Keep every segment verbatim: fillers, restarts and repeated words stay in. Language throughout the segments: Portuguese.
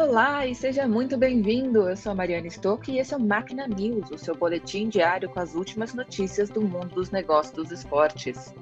Olá e seja muito bem-vindo! Eu sou a Mariana Stock e esse é o Máquina News, o seu boletim diário com as últimas notícias do mundo dos negócios dos esportes.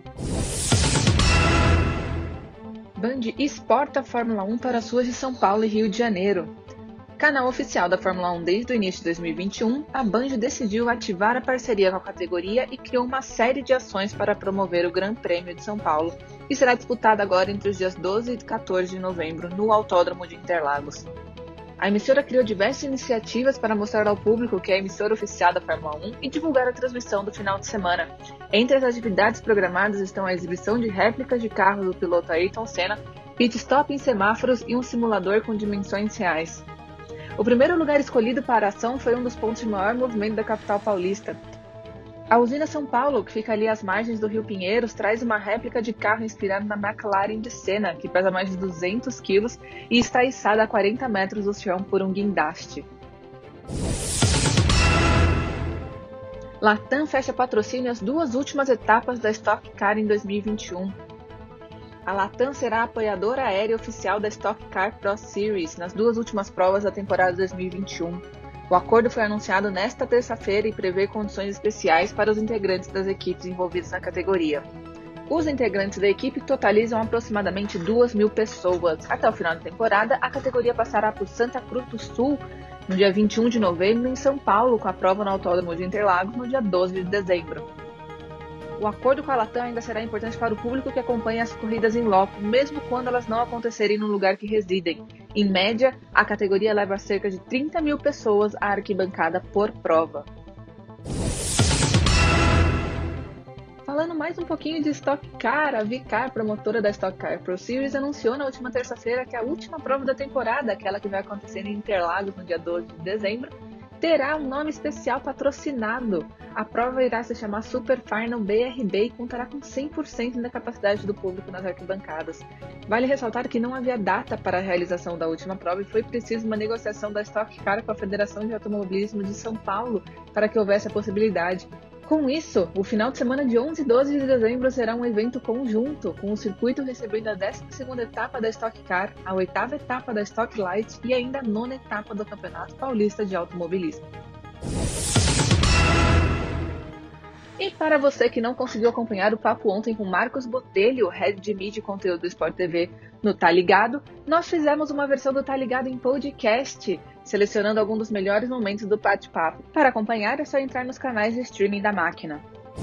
Band exporta a Fórmula um para as ruas de São Paulo e Rio de Janeiro. Canal oficial da Fórmula um desde o início de dois mil e vinte e um, a Band decidiu ativar a parceria com a categoria e criou uma série de ações para promover o Grande Prêmio de São Paulo, que será disputado agora entre os dias doze e quatorze de novembro no Autódromo de Interlagos. A emissora criou diversas iniciativas para mostrar ao público que é a emissora oficial da Fórmula um e divulgar a transmissão do final de semana. Entre as atividades programadas estão a exibição de réplicas de carros do piloto Ayrton Senna, pit stop em semáforos e um simulador com dimensões reais. O primeiro lugar escolhido para a ação foi um dos pontos de maior movimento da capital paulista. A usina São Paulo, que fica ali às margens do Rio Pinheiros, traz uma réplica de carro inspirado na McLaren de Senna, que pesa mais de duzentos quilos e está içada a quarenta metros do chão por um guindaste. Latam fecha patrocínio às duas últimas etapas da Stock Car em dois mil e vinte e um. A Latam será a apoiadora aérea oficial da Stock Car Pro Series nas duas últimas provas da temporada dois mil e vinte e um. O acordo foi anunciado nesta terça-feira e prevê condições especiais para os integrantes das equipes envolvidas na categoria. Os integrantes da equipe totalizam aproximadamente duas mil pessoas. Até o final da temporada, a categoria passará por Santa Cruz do Sul no dia vinte e um de novembro e em São Paulo, com a prova no Autódromo de Interlagos no dia doze de dezembro. O acordo com a Latam ainda será importante para o público que acompanha as corridas em loco, mesmo quando elas não acontecerem no lugar que residem. Em média, a categoria leva cerca de trinta mil pessoas à arquibancada por prova. Falando mais um pouquinho de Stock Car, a Vicar, promotora da Stock Car Pro Series, anunciou na última terça-feira que a última prova da temporada, aquela que vai acontecer em Interlagos no dia doze de dezembro, terá um nome especial patrocinado. A prova irá se chamar Super Final B R B e contará com cem por cento da capacidade do público nas arquibancadas. Vale ressaltar que não havia data para a realização da última prova e foi preciso uma negociação da Stock Car com a Federação de Automobilismo de São Paulo para que houvesse a possibilidade. Com isso, o final de semana de onze e doze de dezembro será um evento conjunto, com o circuito recebendo a décima segunda etapa da Stock Car, a oitava etapa da Stock Light e ainda a nona etapa do Campeonato Paulista de Automobilismo. E para você que não conseguiu acompanhar o papo ontem com Marcos Botelho, Head de Mídia e Conteúdo do Sport T V no Tá Ligado, nós fizemos uma versão do Tá Ligado em podcast, selecionando alguns dos melhores momentos do bate-papo. Para acompanhar é só entrar nos canais de streaming da máquina.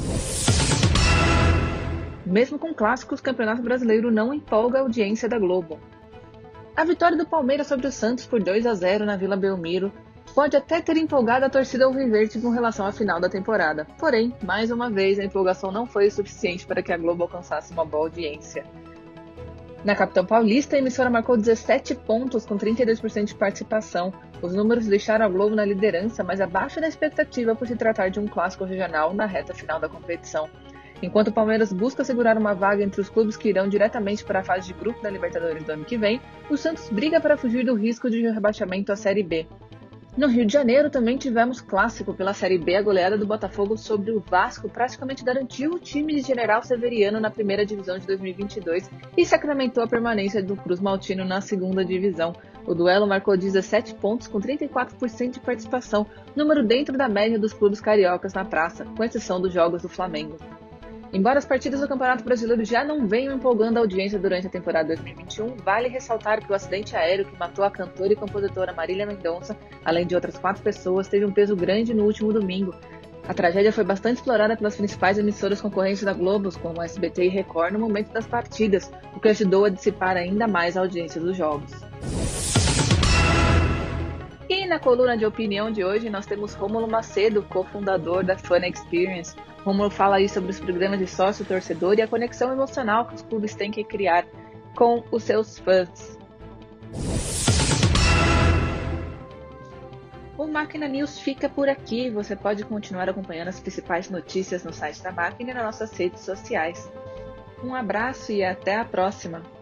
Mesmo com clássicos, o Campeonato Brasileiro não empolga a audiência da Globo. A vitória do Palmeiras sobre o Santos por dois a zero na Vila Belmiro pode até ter empolgado a torcida alviverde com relação à final da temporada. Porém, mais uma vez, a empolgação não foi o suficiente para que a Globo alcançasse uma boa audiência. Na capital paulista, a emissora marcou dezessete pontos com trinta e dois por cento de participação. Os números deixaram a Globo na liderança, mas abaixo da expectativa por se tratar de um clássico regional na reta final da competição. Enquanto o Palmeiras busca segurar uma vaga entre os clubes que irão diretamente para a fase de grupo da Libertadores do ano que vem, o Santos briga para fugir do risco de rebaixamento à Série B. No Rio de Janeiro também tivemos clássico pela Série B. A goleada do Botafogo sobre o Vasco praticamente garantiu o time de General Severiano na primeira divisão de dois mil e vinte e dois e sacramentou a permanência do Cruz Maltino na segunda divisão. O duelo marcou dezessete pontos com trinta e quatro por cento de participação, número dentro da média dos clubes cariocas na praça, com exceção dos jogos do Flamengo. Embora as partidas do Campeonato Brasileiro já não venham empolgando a audiência durante a temporada dois mil e vinte e um, vale ressaltar que o acidente aéreo que matou a cantora e compositora Marília Mendonça, além de outras quatro pessoas, teve um peso grande no último domingo. A tragédia foi bastante explorada pelas principais emissoras concorrentes da Globo, como S B T e Record, no momento das partidas, o que ajudou a dissipar ainda mais a audiência dos jogos. E na coluna de opinião de hoje nós temos Rômulo Macedo, cofundador da Fun Experience. Rômulo fala aí sobre os programas de sócio-torcedor e a conexão emocional que os clubes têm que criar com os seus fãs. O Máquina News fica por aqui. Você pode continuar acompanhando as principais notícias no site da Máquina e nas nossas redes sociais. Um abraço e até a próxima!